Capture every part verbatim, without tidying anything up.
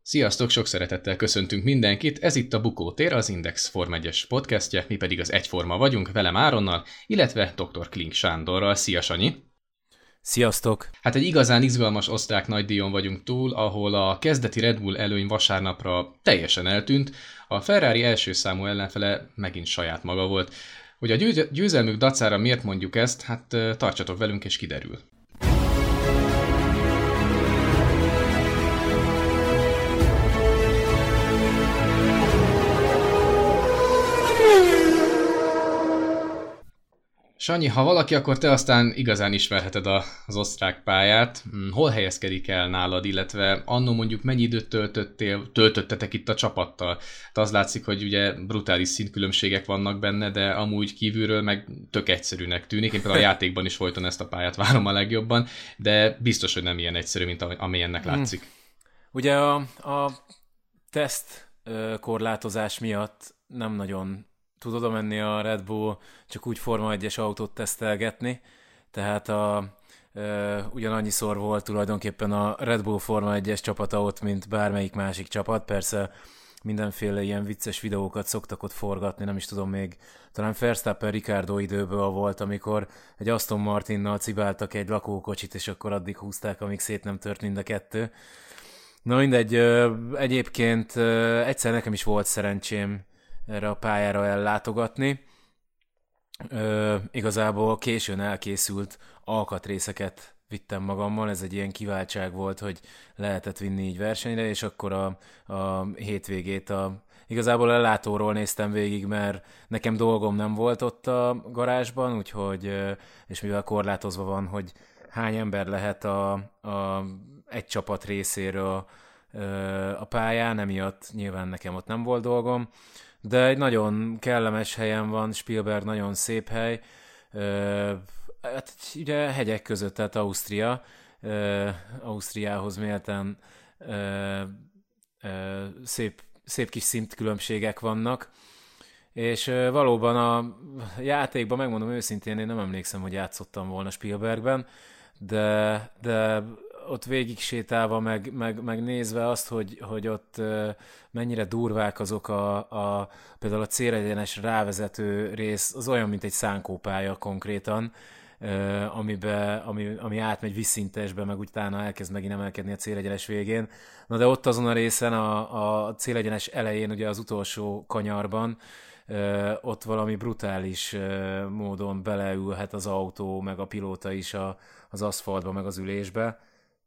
Sziasztok, sok szeretettel köszöntünk mindenkit, ez itt a Bukótér, az Index Form egyes podcastje, mi pedig az Egyforma vagyunk, velem Áronnal, illetve doktor Klink Sándorral. Szia, Sanyi! Sziasztok! Hát egy igazán izgalmas osztrák nagydíjon vagyunk túl, ahol a kezdeti Red Bull előny vasárnapra teljesen eltűnt, a Ferrari első számú ellenfele megint saját maga volt. Hogy a győz- győzelmük dacára miért mondjuk ezt, hát tartsatok velünk és kiderül. Sanyi, ha valaki, akkor te aztán igazán ismerheted a, az osztrák pályát. Hol helyezkedik el nálad, illetve annó mondjuk mennyi időt töltöttél, töltöttetek itt a csapattal? Hát az látszik, hogy ugye brutális szintkülönbségek vannak benne, de amúgy kívülről meg tök egyszerűnek tűnik. Én például a játékban is folyton ezt a pályát várom a legjobban, de biztos, hogy nem ilyen egyszerű, mint amilyennek látszik. Hmm. Ugye a, a teszt korlátozás miatt nem nagyon tudod oda menni a Red Bull csak úgy Forma egyes autót tesztelgetni, tehát a, e, ugyanannyiszor volt tulajdonképpen a Red Bull Forma egyes csapata ott, mint bármelyik másik csapat. Persze mindenféle ilyen vicces videókat szoktak ott forgatni, nem is tudom, még talán Verstappen Ricardo időből volt, amikor egy Aston Martinnal cibáltak egy lakókocsit, és akkor addig húzták, amíg szét nem tört mind a kettő. Na mindegy, egyébként egyszer nekem is volt szerencsém erre a pályára ellátogatni. Ö, igazából későn elkészült alkatrészeket vittem magammal, ez egy ilyen kiváltság volt, hogy lehetett vinni így versenyre, és akkor a, a hétvégét a, igazából a látóról néztem végig, mert nekem dolgom nem volt ott a garázsban, úgyhogy, és mivel korlátozva van, hogy hány ember lehet a, a, egy csapat részéről a pályán, emiatt nyilván nekem ott nem volt dolgom. De egy nagyon kellemes helyen van, Spielberg nagyon szép hely, hát ugye hegyek között, tehát Ausztria, Ausztriához méltán szép, szép kis szintkülönbségek vannak, és valóban a játékban, megmondom őszintén, én nem emlékszem, hogy játszottam volna Spielbergben, de, de ott végig sétálva, meg, meg, meg nézve azt, hogy, hogy ott mennyire durvák azok a, a például a célegyenes rávezető rész, az olyan, mint egy szánkópálya konkrétan, amibe, ami, ami átmegy vízszintesbe, meg utána elkezd megint emelkedni a célegyenes végén. Na de ott azon a részen, a, a célegyenes elején, ugye az utolsó kanyarban, ott valami brutális módon beleülhet az autó, meg a pilóta is a, az aszfaltba, meg az ülésbe.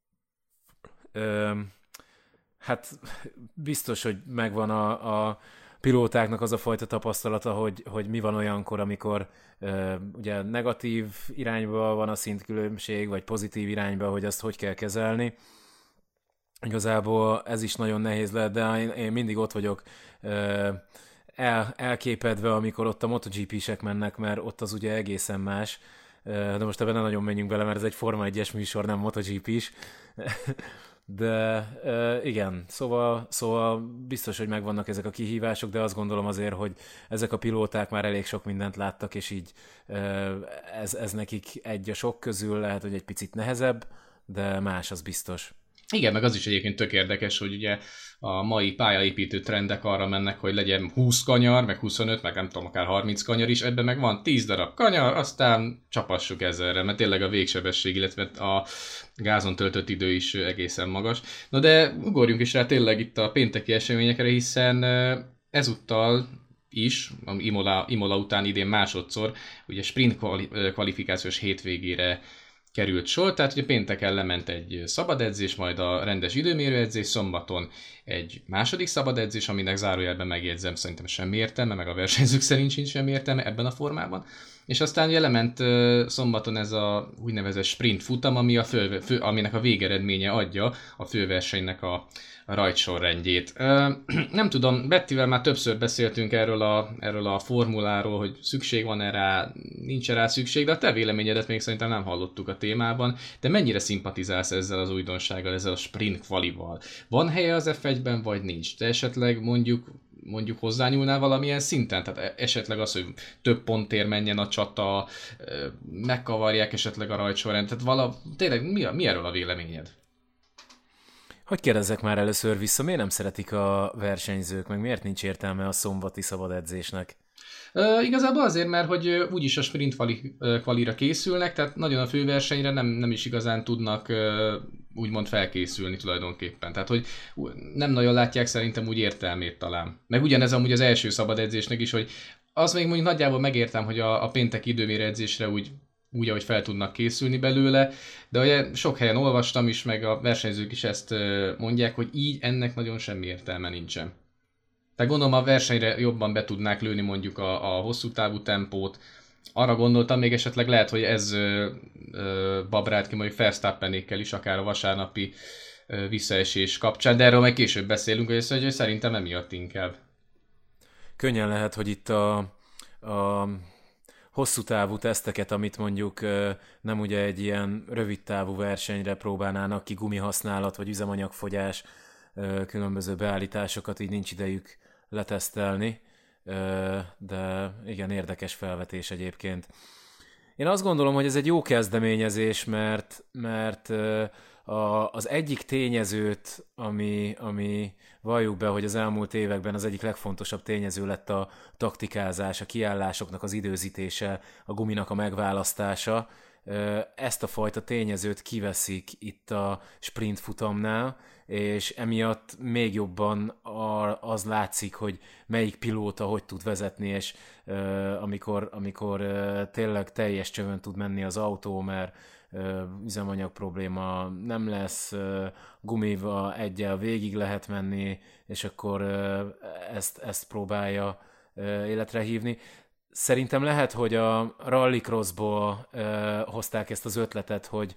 Ö, hát biztos, hogy megvan a, a pilótáknak az a fajta tapasztalata, hogy, hogy mi van olyankor, amikor ö, ugye negatív irányba van a szintkülönbség, vagy pozitív irányba, hogy azt hogy kell kezelni. Igazából ez is nagyon nehéz lehet, de én, én mindig ott vagyok ö, el, elképedve, amikor ott a MotoGP-sek mennek, mert ott az ugye egészen más. De most ebben nem nagyon menjünk bele, mert ez egy Forma egyes műsor, nem MotoGP-s. De igen, szóval, szóval biztos, hogy megvannak ezek a kihívások, de azt gondolom azért, hogy ezek a pilóták már elég sok mindent láttak, és így ez, ez nekik egy a sok közül, lehet, hogy egy picit nehezebb, de más az biztos. Igen, meg az is egyébként tök érdekes, hogy ugye a mai pályaépítő trendek arra mennek, hogy legyen húsz kanyar, meg huszonöt, meg nem tudom, akár harminc kanyar is, ebben meg van tíz darab kanyar, aztán csapassuk ezerre, mert tényleg a végsebesség, illetve a gázon töltött idő is egészen magas. Na de ugorjunk is rá tényleg itt a pénteki eseményekre, hiszen ezúttal is, Imola, Imola után idén másodszor, ugye sprint kvalifikációs hétvégére került sor, tehát ugye pénteken lement egy szabad edzés, majd a rendes időmérő edzés, szombaton egy második szabad edzés, aminek zárójelben megjegyzem, szerintem semmi értelme, meg a versenyzők szerint sincs semmi értelme ebben a formában. És aztán ugye lement szombaton ez a úgynevezett sprint futam, ami a fő, fő, aminek a végeredménye adja a főversenynek a, a rajtsorrendjét. Nem tudom, Bettivel már többször beszéltünk erről a, erről a formuláról, hogy szükség van-e rá, nincs rá szükség, de a te véleményedet még szerintem nem hallottuk a témában. De mennyire szimpatizálsz ezzel az újdonsággal, ezzel a sprint kvalival? Van helye az ef egyben, vagy nincs? Te esetleg mondjuk mondjuk hozzányúlnál valamilyen szinten? Tehát esetleg az, hogy több pontért menjen a csata, megkavarják esetleg a rajtsorrend, tehát vala, tényleg mi, a, mi erről a véleményed? Hogy kérdezzek már először vissza, miért nem szeretik a versenyzők, meg miért nincs értelme a szombati szabad edzésnek? Uh, igazából azért, mert hogy uh, úgyis a sprint kvali, uh, kvalira készülnek, tehát nagyon a főversenyre nem, nem is igazán tudnak uh, úgymond felkészülni tulajdonképpen. Tehát, hogy nem nagyon látják szerintem úgy értelmét talán. Meg ugyanez amúgy az első szabad edzésnek is, hogy az még mondjuk nagyjából megértem, hogy a, a péntek időmérő edzésre úgy, úgy, ahogy fel tudnak készülni belőle, de ugye sok helyen olvastam is, meg a versenyzők is ezt uh, mondják, hogy így ennek nagyon semmi értelme nincsen. Tehát gondolom a versenyre jobban be tudnák lőni mondjuk a, a hosszú távú tempót. Arra gondoltam még esetleg lehet, hogy ez ö, ö, babrált ki mondjuk Verstappenékkel is, akár a vasárnapi ö, visszaesés kapcsán, de erről majd később beszélünk, hogy, ez, hogy szerintem emiatt inkább. Könnyen lehet, hogy itt a, a hosszú távú teszteket, amit mondjuk nem ugye egy ilyen rövid távú versenyre próbálnának ki, gumihasználat vagy üzemanyagfogyás, különböző beállításokat, így nincs idejük letesztelni, de igen, érdekes felvetés egyébként. Én azt gondolom, hogy ez egy jó kezdeményezés, mert, mert a, az egyik tényezőt, ami, ami valljuk be, hogy az elmúlt években az egyik legfontosabb tényező lett a taktikázás, a kiállásoknak az időzítése, a guminak a megválasztása, ezt a fajta tényezőt kiveszik itt a sprint futamnál, és emiatt még jobban az látszik, hogy melyik pilóta hogy tud vezetni, és amikor, amikor tényleg teljes csövön tud menni az autó, mert üzemanyag probléma nem lesz, gumival egyel végig lehet menni, és akkor ezt, ezt próbálja életre hívni. Szerintem lehet, hogy a rallycrossból uh, hozták ezt az ötletet, hogy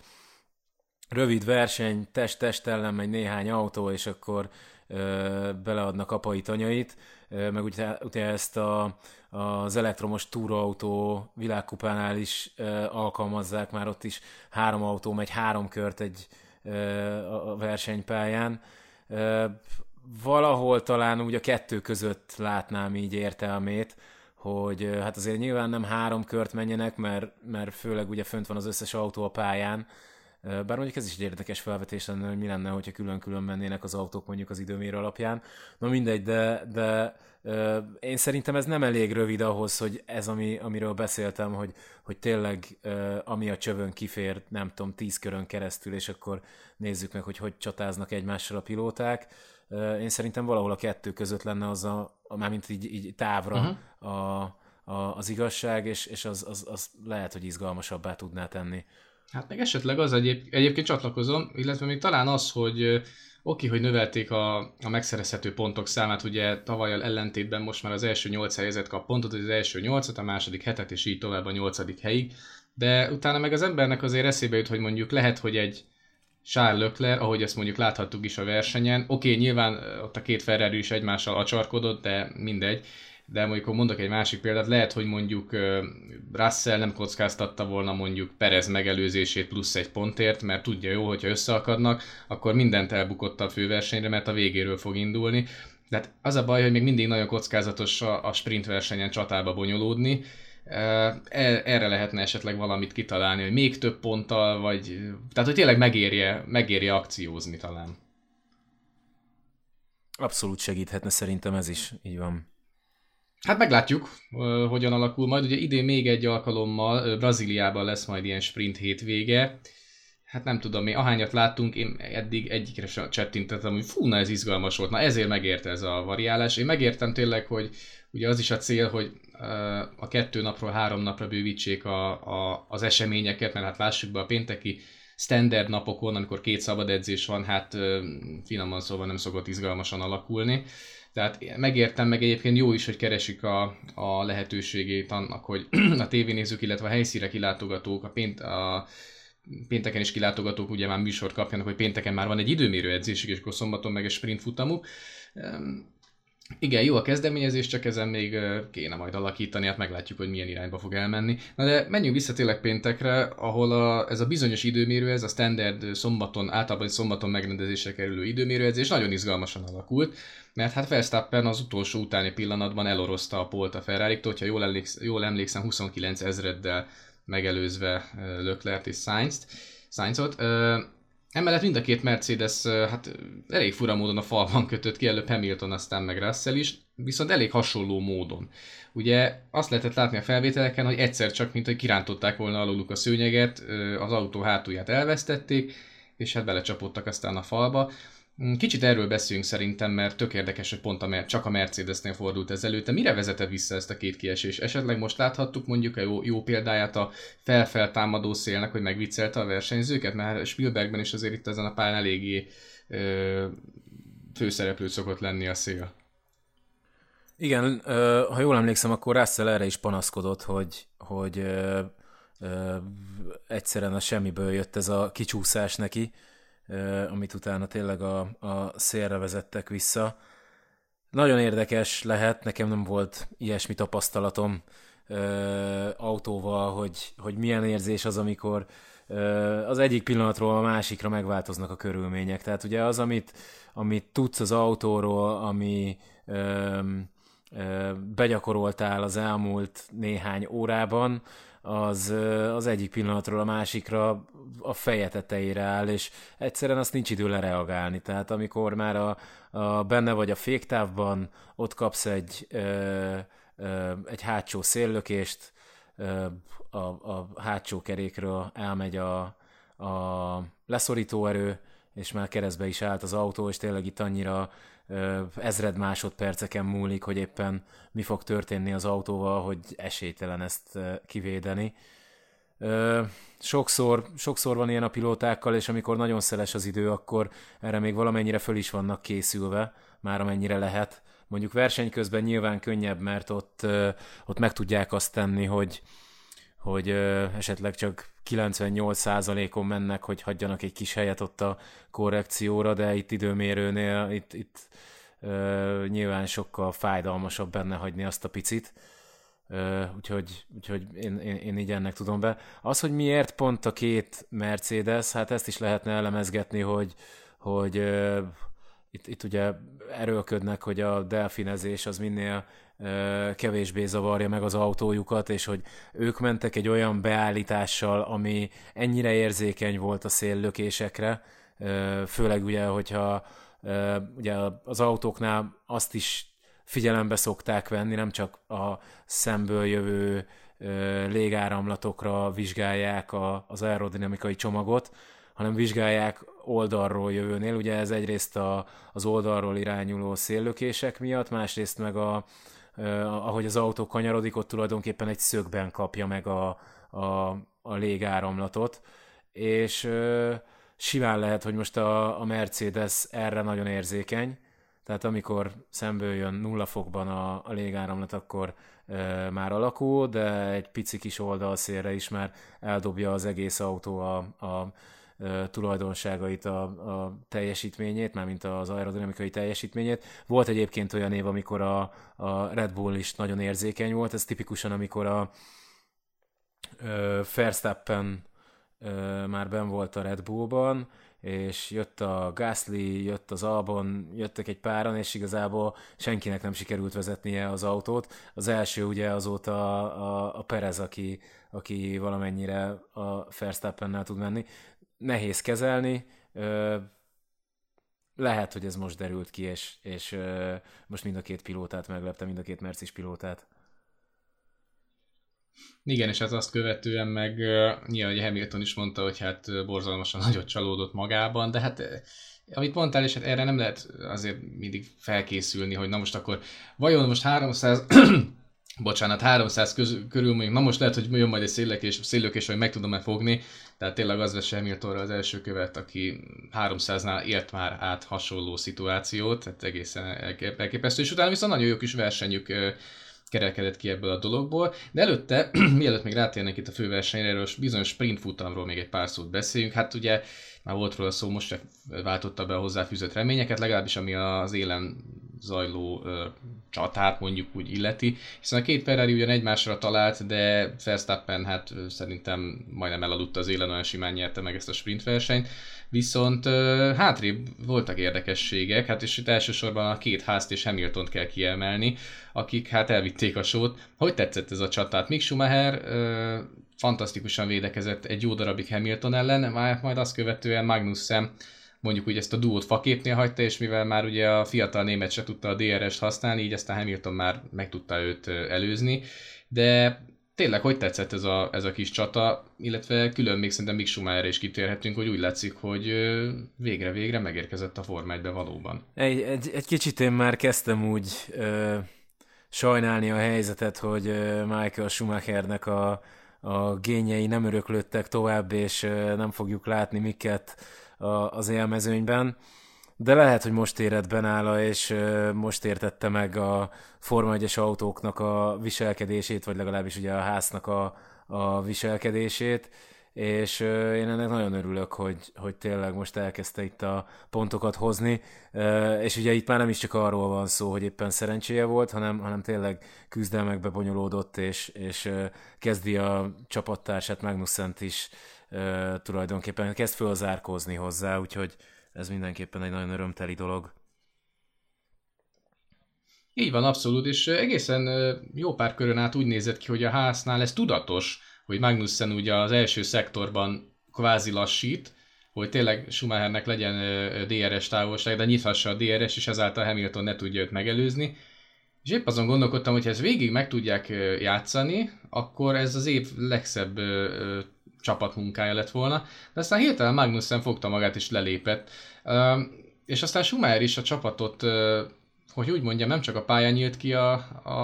rövid verseny, test-test ellen megy néhány autó, és akkor uh, beleadnak apai tanyait, uh, meg ugye, ugye ezt a, az elektromos túraautó világkupánál is uh, alkalmazzák, már ott is három autó megy három kört egy uh, a versenypályán. Uh, valahol talán úgy a kettő között látnám így értelmét, hogy hát azért nyilván nem három kört menjenek, mert, mert főleg ugye fönt van az összes autó a pályán, bár mondjuk ez is egy érdekes felvetés lenne, hogy mi lenne, hogyha külön-külön mennének az autók mondjuk az időmérő alapján. Na mindegy, de, de én szerintem ez nem elég rövid ahhoz, hogy ez, ami, amiről beszéltem, hogy, hogy tényleg ami a csövön kifér, nem tudom, tíz körön keresztül, és akkor nézzük meg, hogy hogy csatáznak egymással a pilóták. Én szerintem valahol a kettő között lenne az a, a mármint így, így távra uh-huh. a, a, az igazság, és, és az, az, az lehet, hogy izgalmasabbá tudná tenni. Hát meg esetleg az egyéb, egyébként csatlakozom, illetve még talán az, hogy oké, hogy növelték a, a megszerezhető pontok számát, ugye tavalyal ellentétben most már az első nyolc helyezett kap pontot, az első nyolcat, a második hetet, és így tovább a nyolcadik helyig, de utána meg az embernek azért eszébe jut, hogy mondjuk lehet, hogy egy Charles Leclerc, ahogy ezt mondjuk láthattuk is a versenyen. Oké, okay, nyilván ott a két Ferrari is egymással acsarkodott, de mindegy. De mondjuk mondok egy másik példát, lehet, hogy mondjuk Russell nem kockáztatta volna mondjuk Perez megelőzését plusz egy pontért, mert tudja jó, hogyha összeakadnak, akkor mindent elbukott a főversenyre, mert a végéről fog indulni. De hát az a baj, hogy még mindig nagyon kockázatos a sprint versenyen csatába bonyolódni. Erre lehetne esetleg valamit kitalálni, hogy még több ponttal, vagy... Tehát, hogy tényleg megérje, megérje akciózni talán. Abszolút segíthetne szerintem ez is, így van. Hát meglátjuk, hogyan alakul majd. Ugye idén még egy alkalommal Brazíliában lesz majd ilyen sprint hétvége. Hát nem tudom, mi ahányat láttunk, én eddig egyikre sem csettintettem, hogy fú, na ez izgalmas volt. Na ezért megérte ez a variálás. Én megértem tényleg, hogy ugye az is a cél, hogy a kettő napról három napra bővítsék a, a, az eseményeket, mert hát lássuk be a pénteki standard napokon, amikor két szabad edzés van, hát finoman szóval nem szokott izgalmasan alakulni. Tehát megértem, meg egyébként jó is, hogy keresik a, a lehetőségét annak, hogy a tévénézők, illetve a helyszínre kilátogatók, a, pént, a pénteken is kilátogatók ugye már műsort kapjanak, hogy pénteken már van egy időmérő edzésük, és akkor szombaton meg egy sprint futamuk. Igen, jó a kezdeményezés, csak ezen még kéne majd alakítani, hát meglátjuk, hogy milyen irányba fog elmenni. Na de menjünk vissza tényleg péntekre, ahol a, ez a bizonyos időmérő, ez a standard szombaton, általában szombaton megrendezésre kerülő időmérőedzés nagyon izgalmasan alakult, mert hát Verstappen az utolsó utáni pillanatban elorozta a polt a Ferrari-tól, hogyha jól, emléksz, jól emlékszem, huszonkilenc ezreddel megelőzve Leclerc és Sainzt, Sainzot. Emellett mind a két Mercedes hát elég fura módon a falban kötött ki, előbb Hamilton, aztán meg Russell is, viszont elég hasonló módon. Ugye azt lehetett látni a felvételeken, hogy egyszer csak, mint hogy kirántották volna aluluk a szőnyeget, az autó hátulját elvesztették, és hát belecsapódtak aztán a falba. Kicsit erről beszélünk szerintem, mert tök érdekes, hogy pont a, Mer- csak a Mercedesnél fordult ez elő. Te mire vezetett vissza ezt a két kiesés? Esetleg most láthattuk mondjuk a jó, jó példáját a fel-feltámadó szélnek, hogy megviccelte a versenyzőket, mert Spielbergben is azért itt ezen a pályán eléggé ö, főszereplőt szokott lenni a szél. Igen, ö, ha jól emlékszem, akkor Russell erre is panaszkodott, hogy, hogy ö, ö, egyszerűen a semmiből jött ez a kicsúszás neki, ö, amit utána tényleg a, a szélre vezettek vissza. Nagyon érdekes lehet, nekem nem volt ilyesmi tapasztalatom ö, autóval, hogy, hogy milyen érzés az, amikor ö, az egyik pillanatról a másikra megváltoznak a körülmények. Tehát ugye az, amit, amit tudsz az autóról, ami ö, ö, begyakoroltál az elmúlt néhány órában, az, az egyik pillanatról a másikra a feje tetejére áll, és egyszerűen azt nincs idő lereagálni. Tehát amikor már a, a, benne vagy a féktávban, ott kapsz egy, ö, ö, egy hátsó széllökést, ö, a, a hátsó kerékről elmegy a, a leszorító erő, és már keresztbe is állt az autó, és tényleg itt annyira ö, ezred másodperceken múlik, hogy éppen mi fog történni az autóval, hogy esélytelen ezt ö, kivédeni. Ö, sokszor, sokszor van ilyen a pilótákkal, és amikor nagyon szeles az idő, akkor erre még valamennyire föl is vannak készülve, már amennyire lehet. Mondjuk verseny közben nyilván könnyebb, mert ott, ö, ott meg tudják azt tenni, hogy, hogy ö, esetleg csak kilencvennyolc százalékon mennek, hogy hagyjanak egy kis helyet ott a korrekcióra, de itt időmérőnél itt, itt ö, nyilván sokkal fájdalmasabb benne hagyni azt a picit. Ö, úgyhogy úgyhogy én, én, én így ennek tudom be. Az, hogy miért pont a két Mercedes, hát ezt is lehetne elemezgetni, hogy, hogy ö, itt, itt ugye erőlködnek, hogy a delfinezés az minél ö, kevésbé zavarja meg az autójukat, és hogy ők mentek egy olyan beállítással, ami ennyire érzékeny volt a széllökésekre, ö, főleg ugye, hogyha ö, ugye az autóknál azt is figyelembe szokták venni, nem csak a szemből jövő ö, légáramlatokra vizsgálják a, az aerodinamikai csomagot, hanem vizsgálják oldalról jövőnél. Ugye ez egyrészt a, az oldalról irányuló széllökések miatt, másrészt meg a, ö, ahogy az autó kanyarodik, ott tulajdonképpen egy szögben kapja meg a, a, a légáramlatot, és ö, simán lehet, hogy most a, a Mercedes erre nagyon érzékeny, tehát amikor szemből jön nulla fokban a, a légáramlat, akkor e, már alakul, de egy pici kis oldalszélre is már eldobja az egész autó a, a e, tulajdonságait, a, a teljesítményét, mármint az aerodinamikai teljesítményét. Volt egyébként olyan év, amikor a, a Red Bull is nagyon érzékeny volt, ez tipikusan, amikor a e, Verstappen e, már benn volt a Red Bullban, és jött a Gasly, jött az Albon, jöttek egy páran, és igazából senkinek nem sikerült vezetnie az autót. Az első ugye azóta a, a, a Perez, aki, aki valamennyire a Verstappennel tud menni. Nehéz kezelni, lehet, hogy ez most derült ki, és, és most mind a két pilótát meglepte, mind a két Mercedes pilótát. Igen, és hát azt követően meg uh, nyilván hogy Hamilton is mondta, hogy hát uh, borzalmasan nagyot csalódott magában, de hát uh, amit mondtál, és hát erre nem lehet azért mindig felkészülni, hogy na most akkor vajon most háromszáz bocsánat, háromszáz köz, körül mondjuk, na most lehet, hogy jön majd egy széllökés, széllökés, hogy meg tudom-e fogni, tehát tényleg az vesz Hamiltonra az első követ, aki háromszáznál élt már át hasonló szituációt, tehát egészen elképesztő, és utána viszont nagyon jó kis versenyük uh, kerekedett ki ebből a dologból, de előtte, mielőtt még rátérnek itt a főversenyre, erről bizonyos sprint futamról még egy pár szót beszéljünk. Hát ugye már volt róla szó, most csak váltotta be a hozzáfűzött reményeket, legalábbis ami az élen zajló ö, csatát mondjuk úgy illeti, hiszen a két Ferrari ugyan egymásra talált, de Verstappen hát ö, szerintem majdnem elaludta az élen, olyan simán nyerte meg ezt a sprint versenyt, viszont ö, hátrébb voltak érdekességek, hát és itt elsősorban a két Haast és Hamiltont kell kiemelni, akik hát elvitték a sót. Hogy tetszett ez a csatát? Mick Schumacher ö, fantasztikusan védekezett egy jó darabig Hamilton ellen, majd azt követően Magnussen mondjuk úgy ezt a duót faképnél hagyta, és mivel már ugye a fiatal német se tudta a dé er est használni, így aztán Hamilton már meg tudta őt előzni, de tényleg hogy tetszett ez a, ez a kis csata, illetve külön még szerintem Mick Schumacherre is kitérhetünk, hogy úgy látszik, hogy végre-végre megérkezett a Forma egybe valóban. Egy, egy, egy kicsit én már kezdtem úgy ö, sajnálni a helyzetet, hogy ö, Michael Schumachernek a, a génjei nem öröklődtek tovább, és ö, nem fogjuk látni Micket az élmezőnyben, de lehet, hogy most érett benála, és most értette meg a Forma egyes autóknak a viselkedését, vagy legalábbis ugye a Haasnak a, a viselkedését, és én ennek nagyon örülök, hogy, hogy tényleg most elkezdte itt a pontokat hozni, és ugye itt már nem is csak arról van szó, hogy éppen szerencséje volt, hanem, hanem tényleg küzdelmekbe bonyolódott, és, és kezdi a csapattársát, Magnussent is Uh, tulajdonképpen kezd fölzárkózni hozzá, úgyhogy ez mindenképpen egy nagyon örömteli dolog. Így van, abszolút, és egészen jó pár körön át úgy nézett ki, hogy a Haasnál ez tudatos, hogy Magnussen ugye az első szektorban kvázi lassít, hogy tényleg Schumachernek legyen dé er es távolság, de nyithassa a dé er es, és ezáltal Hamilton ne tudja őt megelőzni. És épp azon gondolkodtam, hogy ha ezt végig meg tudják játszani, akkor ez az év legszebb csapatmunkája lett volna, de aztán hirtelen Magnussen fogta magát és lelépett. Uh, és aztán Schumacher is a csapatot, uh, hogy úgy mondjam, nem csak a pályán nyílt ki a,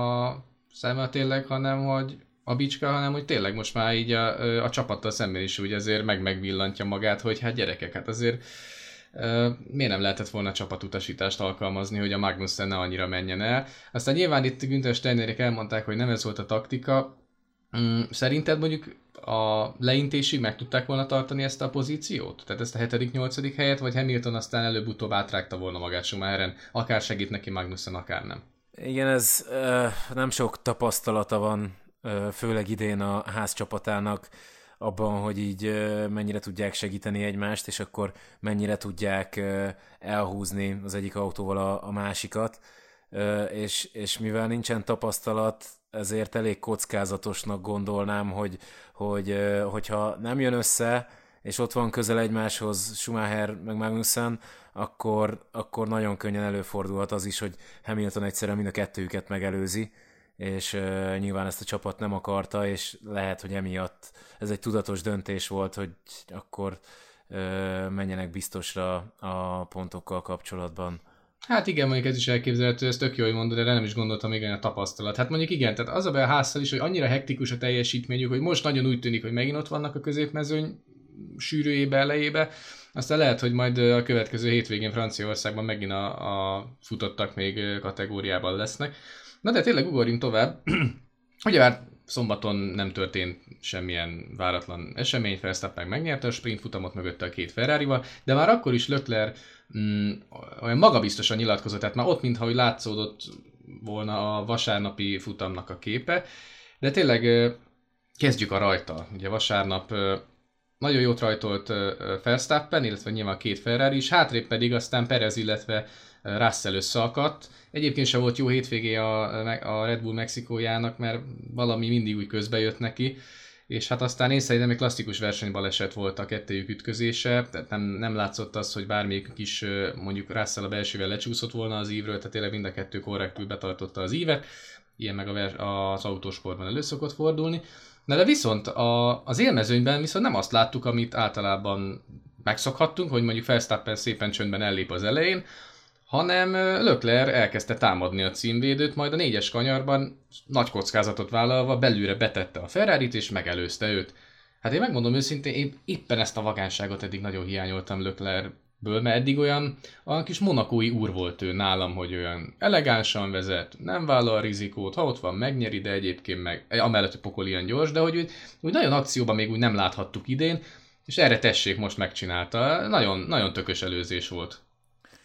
a szeme tényleg, hanem hogy a bicska, hanem hogy tényleg most már így a, a csapattal szemben is úgy azért meg-megvillantja magát, hogy hát gyerekek, hát azért uh, miért nem lehetett volna csapatutasítást alkalmazni, hogy a Magnussen ne annyira menjen el. Aztán nyilván itt Günther Steinerek elmondták, hogy nem ez volt a taktika. Um, szerinted mondjuk a leintésig meg tudták volna tartani ezt a pozíciót? Tehát ezt a hetedik-nyolcadik helyet, vagy Hamilton aztán előbb-utóbb átrágta volna magát Schumacheren, akár segít neki Magnussen, akár nem? Igen, ez uh, nem sok tapasztalata van, uh, főleg idén a Haas csapatának abban, hogy így uh, mennyire tudják segíteni egymást, és akkor mennyire tudják uh, elhúzni az egyik autóval a, a másikat, uh, és, és mivel nincsen tapasztalat, ezért elég kockázatosnak gondolnám, hogy, hogy hogyha nem jön össze, és ott van közel egymáshoz Schumacher meg Magnussen, akkor, akkor nagyon könnyen előfordulhat az is, hogy Hamilton egyszerűen mind a kettőjüket megelőzi, és uh, nyilván ezt a csapat nem akarta, és lehet, hogy emiatt ez egy tudatos döntés volt, hogy akkor uh, menjenek biztosra a pontokkal kapcsolatban. Hát igen, mondjuk ez is elképzelhető, ez tök jó, hogy mondod, de nem is gondoltam igen a tapasztalat. Hát mondjuk igen, tehát az a baj a Haasszal is, hogy annyira hektikus a teljesítményük, hogy most nagyon úgy tűnik, hogy megint ott vannak a középmezőny sűrűjébe, elejébe. Aztán lehet, hogy majd a következő hétvégén Franciaországban megint a, a futottak még kategóriában lesznek. Na de tényleg ugorjunk tovább. Ugye már szombaton nem történt semmilyen váratlan esemény, Verstappen megnyerte a sprint futamot mögötte a két Ferrarival, de már akkor is Leclerc mm, olyan magabiztosan nyilatkozott, tehát már ott mintha hogy látszódott volna a vasárnapi futamnak a képe, de tényleg kezdjük a rajta. Ugye vasárnap nagyon jót rajtolt Verstappen, illetve nyilván a két Ferrari is, hátrébb pedig aztán Perez, illetve Russell összeakadt. Egyébként sem volt jó hétvégé a, a Red Bull Mexikójának, mert valami mindig úgy közbe jött neki, és hát aztán én szerintem egy klasszikus versenybaleset volt a kettőjük ütközése, tehát nem, nem látszott az, hogy bármelyik is mondjuk Russell a belsővel lecsúszott volna az ívről, tehát tényleg mind a kettő korrektül betartotta az ívet, ilyen meg a ver, az autósportban elő szokott fordulni. Na de viszont a, az élmezőnyben viszont nem azt láttuk, amit általában megszokhattunk, hogy mondjuk Verstappen szépen csöndben ellép az elején, hanem Leclerc elkezdte támadni a címvédőt, majd a négyes kanyarban nagy kockázatot vállalva belülre betette a Ferrarit és megelőzte őt. Hát én megmondom őszintén, én éppen ezt a vagánságot eddig nagyon hiányoltam Leclercből, mert eddig olyan, olyan kis monakói úr volt ő nálam, hogy olyan elegánsan vezet, nem vállal rizikót, ha ott van, megnyeri, de egyébként meg, amellett, hogy pokol ilyen gyors, de hogy úgy, úgy nagyon akcióban még úgy nem láthattuk idén, és erre tessék, most megcsinálta. Nagyon, nagyon tökös előzés volt.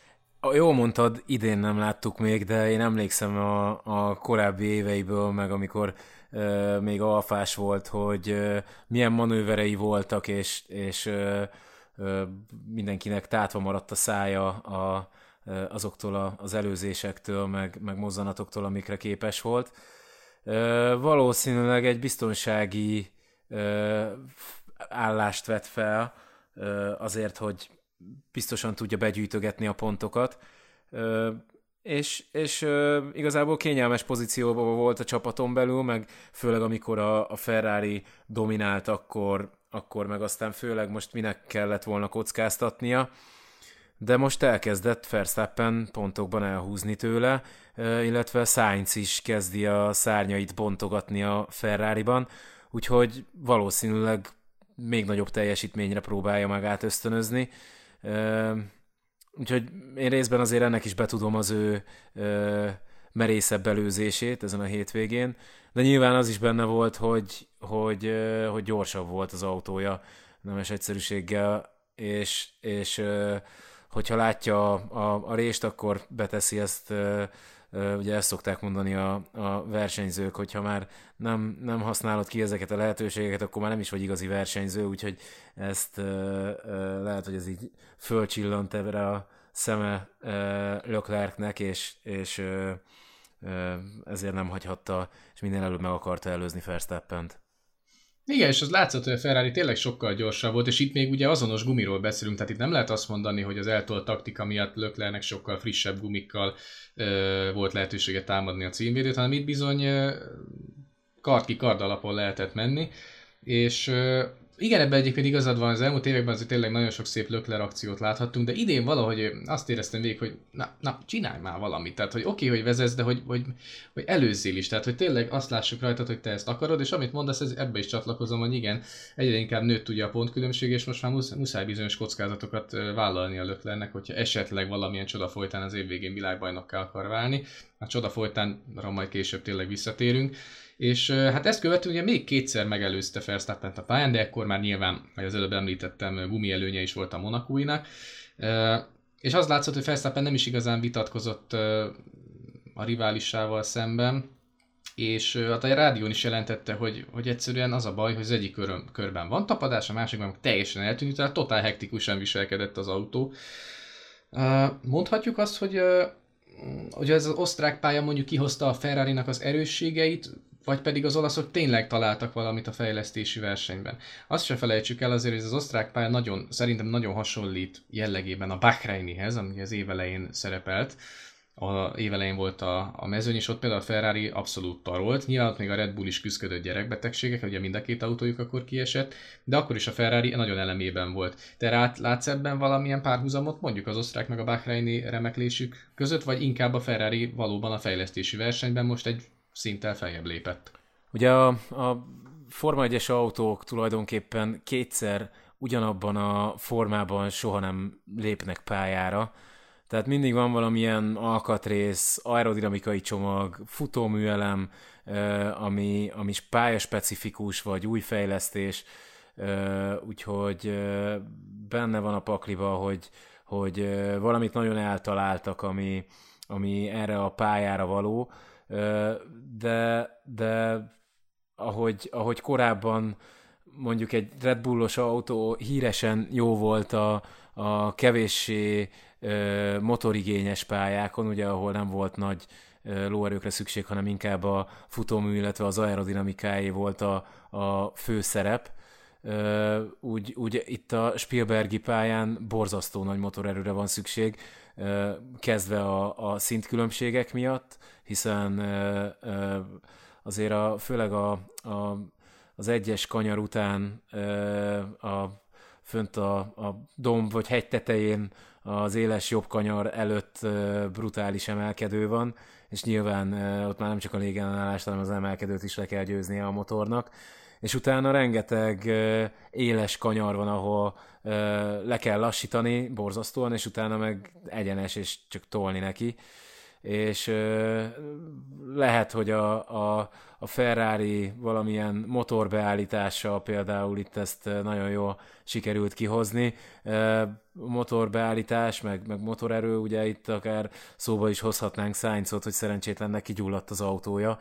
Jól mondtad, idén nem láttuk még, de én emlékszem a, a korábbi éveiből, meg amikor uh, még alfás volt, hogy uh, milyen manőverei voltak, és, és uh, uh, mindenkinek tátva maradt a szája a, uh, azoktól a, az előzésektől, meg, meg mozzanatoktól, amikre képes volt. Uh, valószínűleg egy biztonsági uh, állást vett fel, uh, azért, hogy biztosan tudja begyűjtögetni a pontokat, és, és igazából kényelmes pozícióban volt a csapaton belül, meg főleg amikor a, a Ferrari dominált, akkor, akkor meg aztán főleg most minek kellett volna kockáztatnia, de most elkezdett Verstappen pontokban elhúzni tőle, illetve Sainz is kezdi a szárnyait bontogatni a Ferrariban, úgyhogy valószínűleg még nagyobb teljesítményre próbálja magát ösztönözni. Uh, úgyhogy én részben azért ennek is betudom az ő uh, merészebb előzését ezen a hétvégén, de nyilván az is benne volt, hogy, hogy, uh, hogy gyorsabb volt az autója nemes egyszerűséggel, és, és uh, hogyha látja a, a, a rést, akkor beteszi ezt, uh, uh, ugye ezt szokták mondani a, a versenyzők, hogyha már nem, nem használod ki ezeket a lehetőségeket, akkor már nem is vagy igazi versenyző, úgyhogy ezt uh, uh, lehet, hogy ez így fölcsillant ebbre a szeme uh, Leclercnek, és, és uh, uh, ezért nem hagyhatta, és minden előbb meg akarta előzni Verstappent. Igen, és az látszott, hogy a Ferrari tényleg sokkal gyorsabb volt, és itt még ugye azonos gumiról beszélünk, tehát itt nem lehet azt mondani, hogy az eltolt taktika miatt Leclercnek sokkal frissebb gumikkal ö, volt lehetősége támadni a címvédőt, hanem itt bizony ö, kard ki kard alapon lehetett menni, és ö, igen, ebben egyébként igazad van, az elmúlt években azért tényleg nagyon sok szép Leclerc akciót láthattunk, de idén valahogy azt éreztem végig, hogy na, na csinálj már valamit, tehát hogy oké, okay, hogy vezetsz, de hogy, hogy, hogy előzzél is, tehát hogy tényleg azt lássuk rajtad, hogy te ezt akarod, és amit mondasz, ez, ebbe is csatlakozom, hogy igen, egyre inkább nőtt ugye a pontkülönbség, és most már muszáj, muszáj bizonyos kockázatokat vállalni a Leclercnek, hogyha esetleg valamilyen csoda folytán az év végén világbajnokká akar válni, a csoda folytán majd később tényleg visszatérünk. És hát ezt követően ugye még kétszer megelőzte Verstappent a pályán, de ekkor már nyilván, ahogy az előbb említettem, gumi előnye is volt a Monacóinak. És az látszott, hogy Verstappen nem is igazán vitatkozott a riválissával szemben, és hát a rádión is jelentette, hogy, hogy egyszerűen az a baj, hogy az egyik körön, körben van tapadás, a másikban teljesen eltűnt, tehát totál hektikusan viselkedett az autó. Mondhatjuk azt, hogy, hogy ez az osztrák pálya mondjuk kihozta a Ferrarinak az erősségeit, vagy pedig az olaszok tényleg találtak valamit a fejlesztési versenyben. Azt se felejtsük el azért, hogy az osztrák pálya nagyon, szerintem nagyon hasonlít jellegében a Bahreinihez, ami az évelején szerepelt. A évelején volt a, a mezőny, és ott például a Ferrari abszolút tarolt. Nyilván ott még a Red Bull is küzdött gyerekbetegségek, ugye mind a két autójuk akkor kiesett, de akkor is a Ferrari nagyon elemében volt. Te rá, látsz ebben valamilyen párhuzamot mondjuk az osztrák meg a bahreini remeklésük között, vagy inkább a Ferrari valóban a fejlesztési versenyben most egy szinttel feljebb lépett? Ugye a, a Forma egyes autók tulajdonképpen kétszer ugyanabban a formában soha nem lépnek pályára. Tehát mindig van valamilyen alkatrész, aerodinamikai csomag, futóműelem, ami, ami pályaspecifikus vagy új fejlesztés, úgyhogy benne van a pakliba, hogy, hogy valamit nagyon eltaláltak, ami, ami erre a pályára való, de, de ahogy, ahogy korábban mondjuk egy Red Bullos autó híresen jó volt a, a kevéssé motorigényes pályákon, ugye, ahol nem volt nagy lóerőkre szükség, hanem inkább a futómű, illetve az aerodinamikáé volt a, a fő szerep. Úgy, úgy itt a Spielbergi pályán borzasztó nagy motorerőre van szükség, kezdve a, a szintkülönbségek miatt, hiszen azért a, főleg a, a, az egyes kanyar után a, fönt a, a domb vagy hegy tetején az éles jobb kanyar előtt brutális emelkedő van, és nyilván ott már nem csak a légellenállást, hanem az emelkedőt is le kell győznie a motornak, és utána rengeteg éles kanyar van, ahol le kell lassítani borzasztóan, és utána meg egyenes, és csak tolni neki. és lehet, hogy a, a, a Ferrari valamilyen motorbeállítása például itt ezt nagyon jól sikerült kihozni. Motorbeállítás, meg, meg motorerő, ugye itt akár szóba is hozhatnánk Sainzot, hogy szerencsétlennek kigyulladt az autója.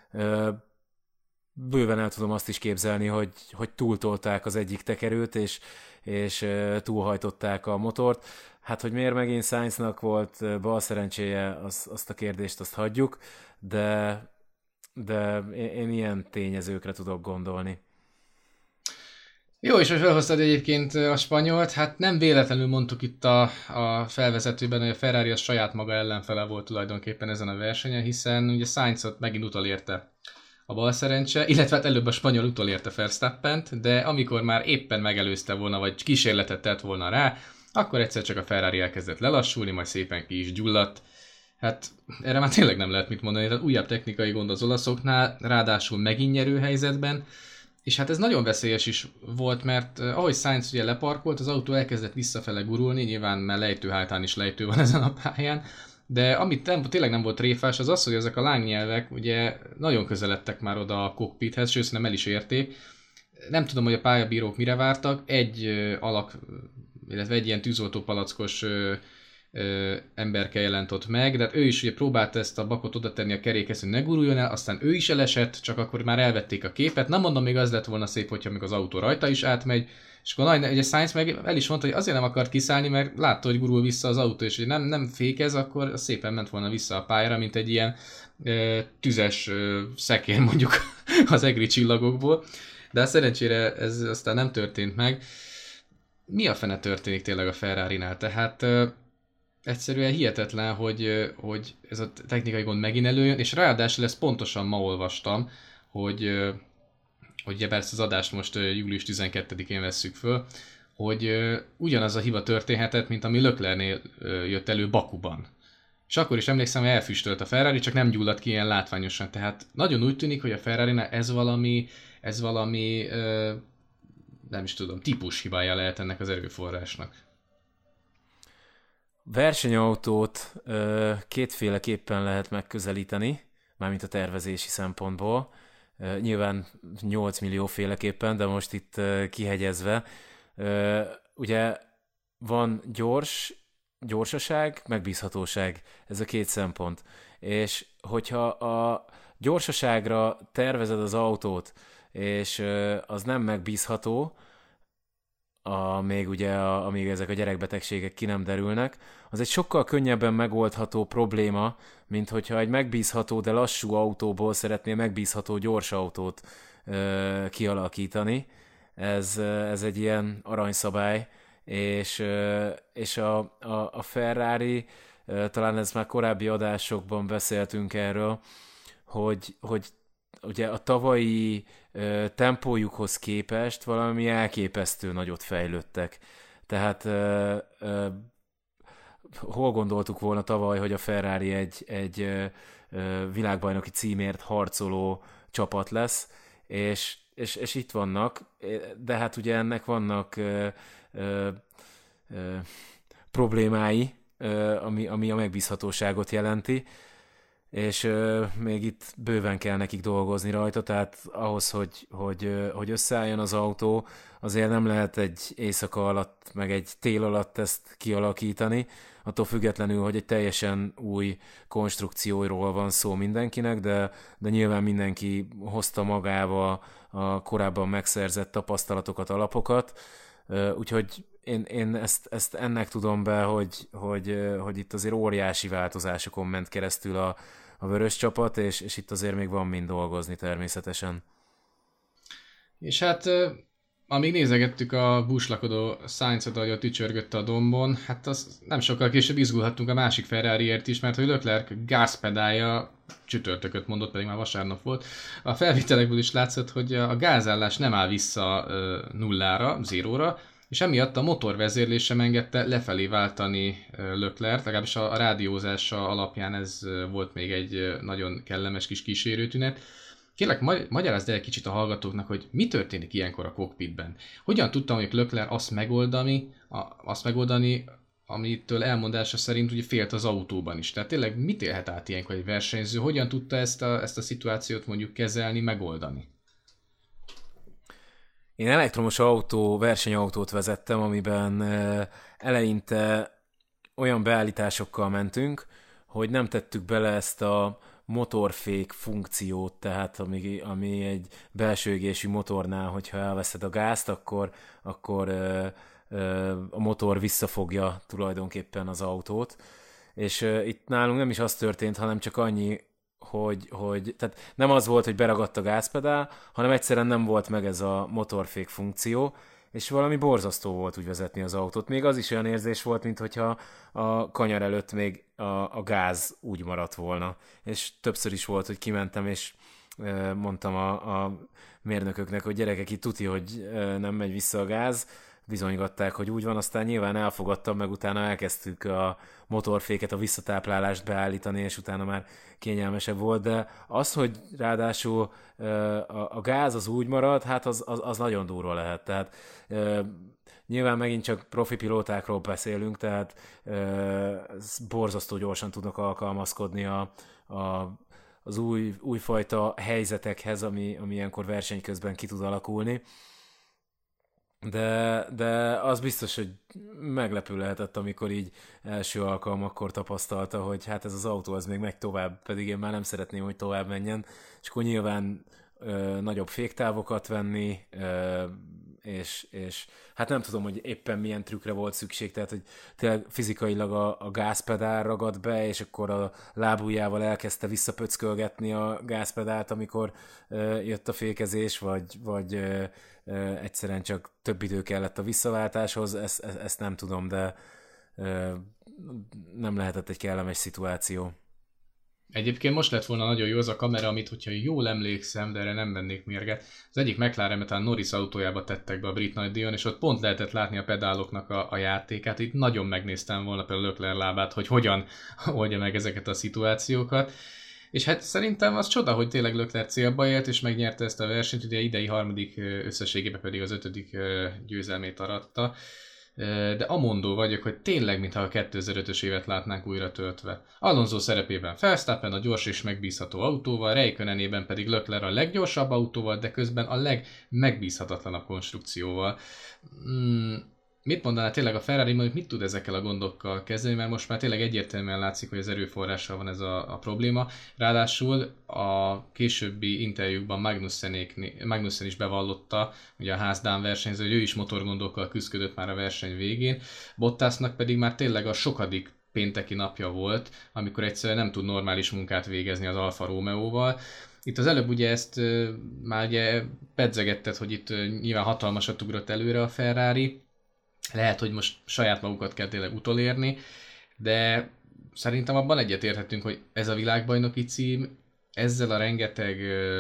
Bőven el tudom azt is képzelni, hogy, hogy túltolták az egyik tekerőt, és, és túlhajtották a motort. Hát, hogy miért megint Sainznak volt bal szerencséje, az, azt a kérdést azt hagyjuk, de, de én, én ilyen tényezőkre tudok gondolni. Jó, és most felhoztad egyébként a spanyolt, hát nem véletlenül mondtuk itt a, a felvezetőben, hogy a Ferrari a saját maga ellenfele volt tulajdonképpen ezen a versenyen, hiszen ugye Sainzot megint utolérte a bal szerencse, illetve hát előbb a spanyol utolérte Verstappent, de amikor már éppen megelőzte volna, vagy kísérletet tett volna rá, akkor egyszer csak a Ferrari elkezdett lelassulni, majd szépen ki is gyulladt. Hát erre már tényleg nem lehet mit mondani, tehát újabb technikai gond az olaszoknál, ráadásul megint nyerő helyzetben, és hát ez nagyon veszélyes is volt, mert eh, ahogy Sainz ugye leparkolt, az autó elkezdett visszafele gurulni, nyilván már lejtőhátán is lejtő van ezen a pályán, de amit nem, tényleg nem volt tréfás, az az, hogy ezek a lángnyelvek ugye nagyon közeledtek már oda a kokpithez, sőt nem el is érték. Nem tudom, hogy a pályabírók mire vártak, egy ö, alak, illetve egy ilyen tűzoltópalackos ö, ö, emberke jelent ott meg, de hát ő is ugye próbálta ezt a bakot oda tenni a kerékhez, hogy ne guruljon el, aztán ő is elesett, csak akkor már elvették a képet. Nem mondom, még az lett volna szép, hogyha még az autó rajta is átmegy, és akkor nagy, ugye Sainz meg el is mondta, hogy azért nem akart kiszállni, mert látta, hogy gurul vissza az autó, és hogy nem, nem fékez, akkor szépen ment volna vissza a pályára, mint egy ilyen e, tüzes e, szekér mondjuk az egri csillagokból. De hát szerencsére ez aztán nem történt meg. Mi a fene történik tényleg a Ferrarinál? Tehát e, egyszerűen hihetetlen, hogy, hogy ez a technikai gond megint előjön, és ráadásul ezt pontosan ma olvastam, hogy hogy ugye persze az adást most július tizenkettedikén vesszük föl, hogy ugyanaz a hiba történhetett, mint ami Leclercnél jött elő Bakuban. És akkor is emlékszem, hogy elfüstölt a Ferrari, csak nem gyulladt ki ilyen látványosan. Tehát nagyon úgy tűnik, hogy a Ferrarinál ez valami, ez valami, nem is tudom, típus hibája lehet ennek az erőforrásnak. Versenyautót kétféleképpen lehet megközelíteni, mármint a tervezési szempontból. Nyilván nyolc millió féleképpen, de most itt kihegyezve. Ugye van gyors, gyorsaság, megbízhatóság. Ez a két szempont. És hogyha a gyorsaságra tervezed az autót, és az nem megbízható, a, még ugye, a, amíg ezek a gyerekbetegségek ki nem derülnek, az egy sokkal könnyebben megoldható probléma, mint hogyha egy megbízható, de lassú autóból szeretnél megbízható gyors autót ö, kialakítani. Ez, ez egy ilyen aranyszabály, és, ö, és a, a, a Ferrari, ö, talán ez már korábbi adásokban beszéltünk erről, hogy, hogy ugye a tavalyi ö, tempójukhoz képest valami elképesztő nagyot fejlődtek. Tehát ö, ö, hol gondoltuk volna tavaly, hogy a Ferrari egy, egy ö, ö, világbajnoki címért harcoló csapat lesz, és, és, és itt vannak, de hát ugye ennek vannak ö, ö, ö, problémái, ö, ami, ami a megbízhatóságot jelenti, és ö, még itt bőven kell nekik dolgozni rajta, tehát ahhoz, hogy, hogy, hogy összeálljon az autó, azért nem lehet egy éjszaka alatt, meg egy tél alatt ezt kialakítani, attól függetlenül, hogy egy teljesen új konstrukcióról van szó mindenkinek, de, de nyilván mindenki hozta magába a korábban megszerzett tapasztalatokat, alapokat, úgyhogy én, én ezt, ezt ennek tudom be, hogy, hogy, hogy itt azért óriási változásokon ment keresztül a, a vörös csapat, és, és itt azért még van mind dolgozni természetesen. És hát amíg nézegettük a búslakodó Sainzot, ahogy ott tücsörgött a dombon, hát az nem sokkal később izgulhattunk a másik Ferrariért is, mert hogy Leclerc gázpedálja csütörtököt mondott, pedig már vasárnap volt. A felvételekből is látszott, hogy a gázállás nem áll vissza nullára, zéróra, és emiatt a motorvezérlés sem engedte lefelé váltani Leclerc, legalábbis a rádiózása alapján ez volt még egy nagyon kellemes kis kísérőtünet. Kérlek, magyarázd el egy kicsit a hallgatóknak, hogy mi történik ilyenkor a kokpitben. Hogyan tudtam, hogy Leclerc azt megoldani, azt megoldani, amitől elmondása szerint ugye félt az autóban is. Tehát tényleg mit élhet át ilyenkor egy versenyző? Hogyan tudta ezt a, ezt a szituációt mondjuk kezelni, megoldani? Én elektromos autó, versenyautót vezettem, amiben eleinte olyan beállításokkal mentünk, hogy nem tettük bele ezt a motorfék funkciót, tehát ami, ami egy belső égésű motornál, hogyha elveszed a gázt, akkor, akkor ö, ö, a motor visszafogja tulajdonképpen az autót. És ö, itt nálunk nem is az történt, hanem csak annyi, hogy, hogy tehát nem az volt, hogy beragadt a gázpedál, hanem egyszerűen nem volt meg ez a motorfék funkció, és valami borzasztó volt úgy vezetni az autót. Még az is olyan érzés volt, mintha a kanyar előtt még a, a gáz úgy maradt volna. És többször is volt, hogy kimentem, és e, mondtam a, a mérnököknek, hogy gyerekek, itt tuti, hogy e, nem megy vissza a gáz. Bizonygatták, hogy úgy van, aztán nyilván elfogadtam, meg utána elkezdtük a motorféket, a visszatáplálást beállítani, és utána már kényelmesebb volt, de az, hogy ráadásul a gáz az úgy marad, hát az, az, az nagyon durva lehet. Tehát nyilván megint csak profi pilótákról beszélünk, tehát borzasztó gyorsan tudnak alkalmazkodni a, a, az új, újfajta helyzetekhez, ami, ami ilyenkor verseny közben ki tud alakulni. De, de az biztos, hogy meglepő lehetett, amikor így első alkalmakkor tapasztalta, hogy hát ez az autó az még megy tovább, pedig én már nem szeretném, hogy tovább menjen. És akkor nyilván ö, nagyobb féktávokat venni, ö, és, és hát nem tudom, hogy éppen milyen trükkre volt szükség, tehát hogy tényleg fizikailag a, a gázpedál ragadt be, és akkor a lábujjával elkezdte visszapöckölgetni a gázpedált, amikor ö, jött a fékezés, vagy, vagy ö, ö, egyszerűen csak több idő kellett a visszaváltáshoz, ezt, ezt, ezt nem tudom, de ö, nem lehetett egy kellemes szituáció. Egyébként most lett volna nagyon jó az a kamera, amit, hogyha jól emlékszem, de erre nem vennék mérget. Az egyik McLaren-et a Norris autójába tettek be a brit nagydíjon, és ott pont lehetett látni a pedáloknak a, a játékát. Itt nagyon megnéztem volna például Leclerc lábát, hogy hogyan oldja meg ezeket a szituációkat. És hát szerintem az csoda, hogy tényleg Leclerc célba ért, és megnyerte ezt a versenyt, ugye idei harmadik összességében pedig az ötödik győzelmét aratta. De amondó vagyok, hogy tényleg, mintha a kétezer-ötös évet látnánk újra töltve. Alonso szerepében Verstappen a gyors és megbízható autóval, Räikkönenében pedig Leclerc a leggyorsabb autóval, de közben a legmegbízhatatlanabb konstrukcióval. Hmm, mit mondaná tényleg a Ferrari, mondjuk mit tud ezekkel a gondokkal kezdeni, mert most már tényleg egyértelműen látszik, hogy az erőforrással van ez a, a probléma. Ráadásul a későbbi interjúkban Magnussen is bevallotta, ugye a házdán versenyző, hogy ő is motorgondokkal küzdött már a verseny végén. Bottasnak pedig már tényleg a sokadik pénteki napja volt, amikor egyszerűen nem tud normális munkát végezni az Alfa Romeo-val. Itt az előbb ugye ezt már ugye pedzegetted, hogy itt nyilván hatalmasat ugrott előre a Ferrari. Lehet, hogy most saját magukat kell tényleg utolérni, de szerintem abban egyetérthetünk, hogy ez a világbajnoki cím ezzel a rengeteg,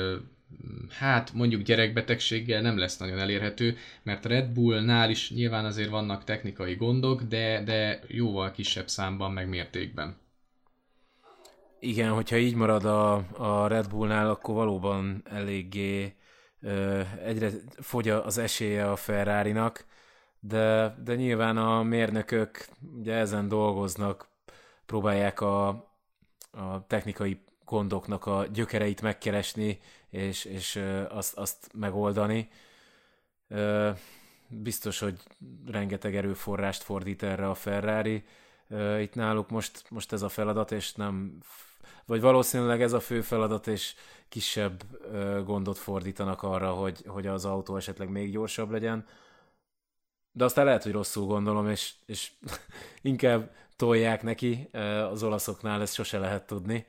hát mondjuk gyerekbetegséggel nem lesz nagyon elérhető, mert a Red Bullnál is nyilván azért vannak technikai gondok, de, de jóval kisebb számban, meg mértékben. Igen, hogyha így marad a, a Red Bullnál, akkor valóban eléggé ö, egyre fogy az esélye a Ferrarinak, de, de nyilván a mérnökök ugye ezen dolgoznak, próbálják a, a technikai gondoknak a gyökereit megkeresni, és, és azt, azt megoldani. Biztos, hogy rengeteg erőforrást fordít erre a Ferrari. Itt náluk most, most ez a feladat, és nem, vagy valószínűleg ez a fő feladat, és kisebb gondot fordítanak arra, hogy, hogy az autó esetleg még gyorsabb legyen. De aztán lehet, hogy rosszul gondolom, és, és inkább tolják neki. Az olaszoknál ezt sose lehet tudni.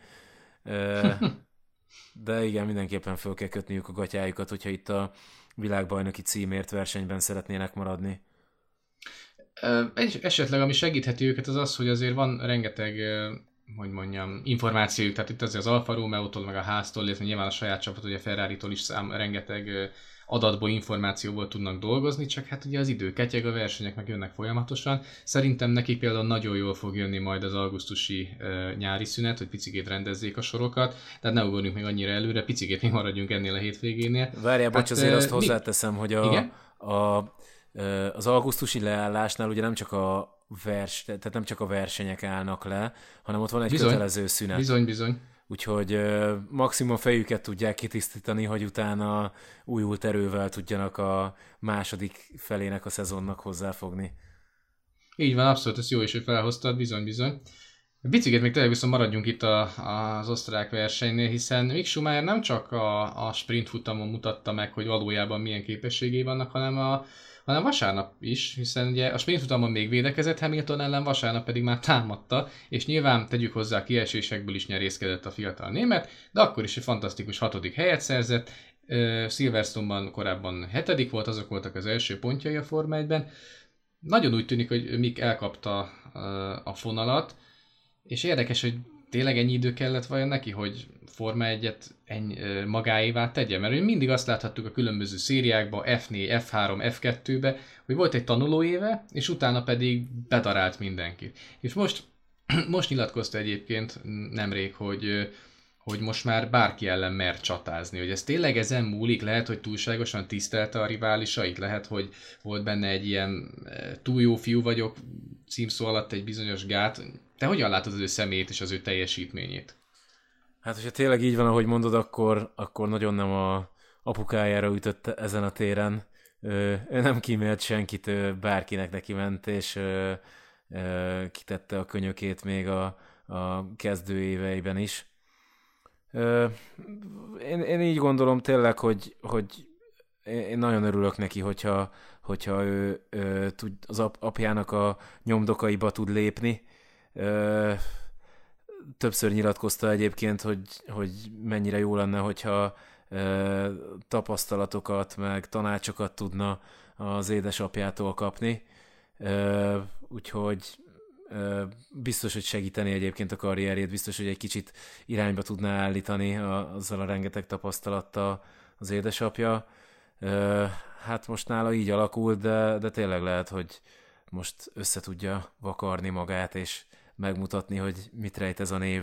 De igen, mindenképpen föl kell kötniük a gatyájukat, hogyha itt a világbajnoki címért versenyben szeretnének maradni. Egy, esetleg ami segítheti őket az az, hogy azért van rengeteg, hogy mondjam, információjuk, tehát itt azért az Alfa Romeo-tól, meg a háztól, illetve nyilván a saját csapat, ugye a Ferrari-tól is szám, rengeteg adatból, információból tudnak dolgozni, csak hát ugye az idő ketyeg, a versenyek meg jönnek folyamatosan. Szerintem nekik például nagyon jól fog jönni majd az augusztusi uh, nyári szünet, hogy picikét rendezzék a sorokat, tehát ne ugorjunk még annyira előre, picikét mi maradjunk ennél a hétvégénél. Várjál, hát, bocs, azért uh, azt hozzáteszem, mi? hogy a, a, az augusztusi leállásnál ugye nem csak a, vers, tehát nem csak a versenyek állnak le, hanem ott van egy Bizony, kötelező szünet. bizony, bizony. Úgyhogy ö, maximum fejüket tudják kitisztítani, hogy utána újult erővel tudjanak a második felének a szezonnak hozzáfogni. Így van, abszolút, ezt jó is, hogy felhoztad, bizony, bizony. A bicikét még tényleg viszont maradjunk itt a, az osztrák versenynél, hiszen Mick Schumacher nem csak a, a sprint futamon mutatta meg, hogy valójában milyen képességei vannak, hanem, a, hanem vasárnap is, hiszen ugye a sprint futamon még védekezett Hamilton ellen, vasárnap pedig már támadta, és nyilván tegyük hozzá, a kiesésekből is nyerészkedett a fiatal német, de akkor is egy fantasztikus hatodik helyet szerzett. Silverstone-ban korábban hetedik volt, azok voltak az első pontjai a Forma egyben. Nagyon úgy tűnik, hogy Mick elkapta a fonalat, és érdekes, hogy tényleg ennyi idő kellett vajon neki, hogy Forma egyet ennyi, magáévá tegye, mert mindig azt láthattuk a különböző szériákban, ef négy, ef három, ef kettőbe, hogy volt egy tanulóéve, és utána pedig bedarált mindenkit. És most, most nyilatkozta egyébként nemrég, hogy hogy most már bárki ellen mer csatázni, hogy ez tényleg ezen múlik, lehet, hogy túlságosan tisztelte a riválisait, lehet, hogy volt benne egy ilyen túl jó fiú vagyok címszó alatt egy bizonyos gát. Te hogyan látod az ő személyét és az ő teljesítményét? Hát, hogyha tényleg így van, ahogy mondod, akkor, akkor nagyon nem a apukájára ütött ezen a téren. Ő, ő nem kímélt senkit, ő bárkinek neki ment, és ő, ő, kitette a könyökét még a, a kezdő éveiben is. Én, én így gondolom tényleg, hogy, hogy én nagyon örülök neki, hogyha, hogyha ő, ő tud, az ap, apjának a nyomdokaiba tud lépni. Többször nyilatkozta egyébként, hogy, hogy mennyire jó lenne, hogyha tapasztalatokat, meg tanácsokat tudna az édesapjától kapni. Úgyhogy biztos, hogy segíteni egyébként a karrierjét, biztos, hogy egy kicsit irányba tudná állítani a, azzal a rengeteg tapasztalattal az édesapja. Hát most nála így alakult, de, de tényleg lehet, hogy most össze tudja vakarni magát, és megmutatni, hogy mit rejt ez a név.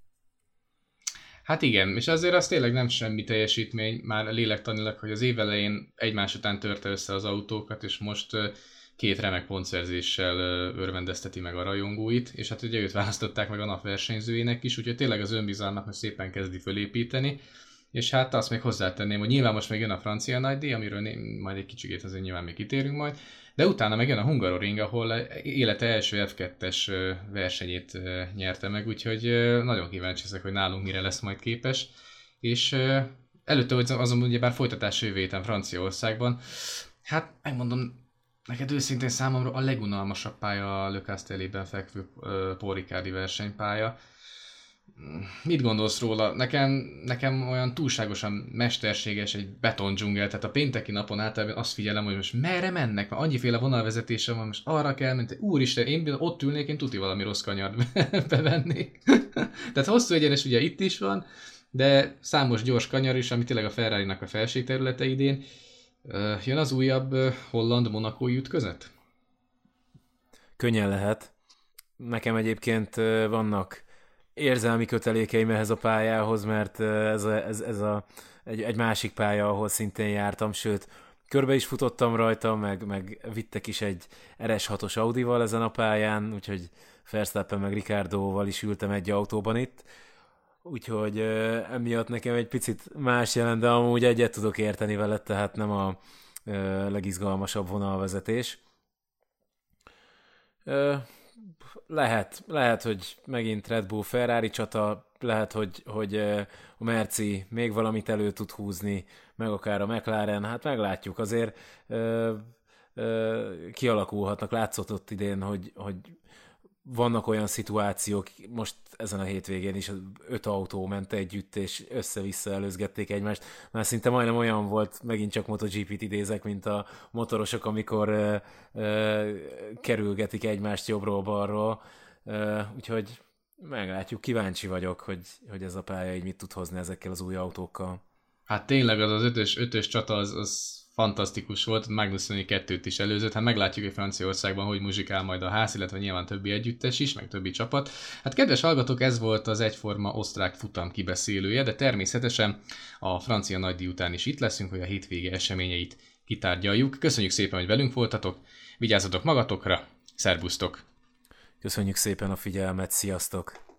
Hát igen, és azért az tényleg nem semmi teljesítmény, már lélektanilag, hogy az év elején egymás után törte össze az autókat, és most két remek pontszerzéssel örvendezteti meg a rajongóit, és hát ugye őt választották meg a nap versenyzőjének is, úgyhogy tényleg az önbizalmat most szépen kezdi fölépíteni, és hát azt még hozzátenném, hogy nyilván most még jön a francia nagydíj, amiről né- majd egy kicsikét azért nyilván még kitérünk majd, de utána meg jön a Hungaroring, ahol élete első ef kettes versenyét nyerte meg, úgyhogy nagyon kíváncsi leszek, hogy nálunk mire lesz majd képes, és előtte azonban ugyebár folytatás jövő héten Franciaországban, hát megmondom, neked őszintén számomra a legunalmasabb pálya a Le Castelli-ben fekvő Paul Riccardi versenypálya. Mit gondolsz róla? Nekem, nekem olyan túlságosan mesterséges egy betondzsungel, tehát a pénteki napon általában azt figyelem, hogy most merre mennek, mert annyiféle vonalvezetése van, most arra kell, mint úristen, én ott ülnék, én tuti valami rossz kanyart bevennék. Tehát hosszú egyenes ugye itt is van, de számos gyors kanyar is, ami tényleg a Ferrari-nak a felségterülete idén. Jön az újabb holland-monakói ütközet? Könnyen lehet. Nekem egyébként vannak érzelmi kötelékeim ehhez a pályához, mert ez, a, ez, ez a, egy, egy másik pálya, ahol szintén jártam, sőt, körbe is futottam rajta, meg, meg vittek is egy er es hatos Audival ezen a pályán, úgyhogy Verstappen meg Ricciardóval is ültem egy autóban itt, úgyhogy emiatt nekem egy picit más jelent, de amúgy egyet tudok érteni vele, tehát nem a legizgalmasabb vonalvezetés. Lehet, lehet, hogy megint Red Bull Ferrari csata, lehet, hogy, hogy a Merci még valamit elő tud húzni, meg akár a McLaren, hát meglátjuk. Azért ö, ö, kialakulhatnak, látszott ott idén, hogy, hogy vannak olyan szituációk, most ezen a hétvégén is öt autó ment együtt, és össze-vissza előzgették egymást. Már szinte majdnem olyan volt, megint csak MotoGP-t idézek, mint a motorosok, amikor ö, ö, kerülgetik egymást jobbról-balról. Ö, úgyhogy meglátjuk, kíváncsi vagyok, hogy, hogy ez a pálya így mit tud hozni ezekkel az új autókkal. Hát tényleg az az ötös, ötös csata az, az fantasztikus volt, Magnussoni kettőt is előzött, hát meglátjuk, hogy Franciaországban hogy muzsikál majd a ház, illetve nyilván többi együttes is, meg többi csapat. Hát kedves hallgatók, ez volt az Egyforma osztrák futam kibeszélője, de természetesen a francia nagydíj után is itt leszünk, hogy a hétvége eseményeit kitárgyaljuk. Köszönjük szépen, hogy velünk voltatok, vigyázzatok magatokra, szerbusztok! Köszönjük szépen a figyelmet, sziasztok!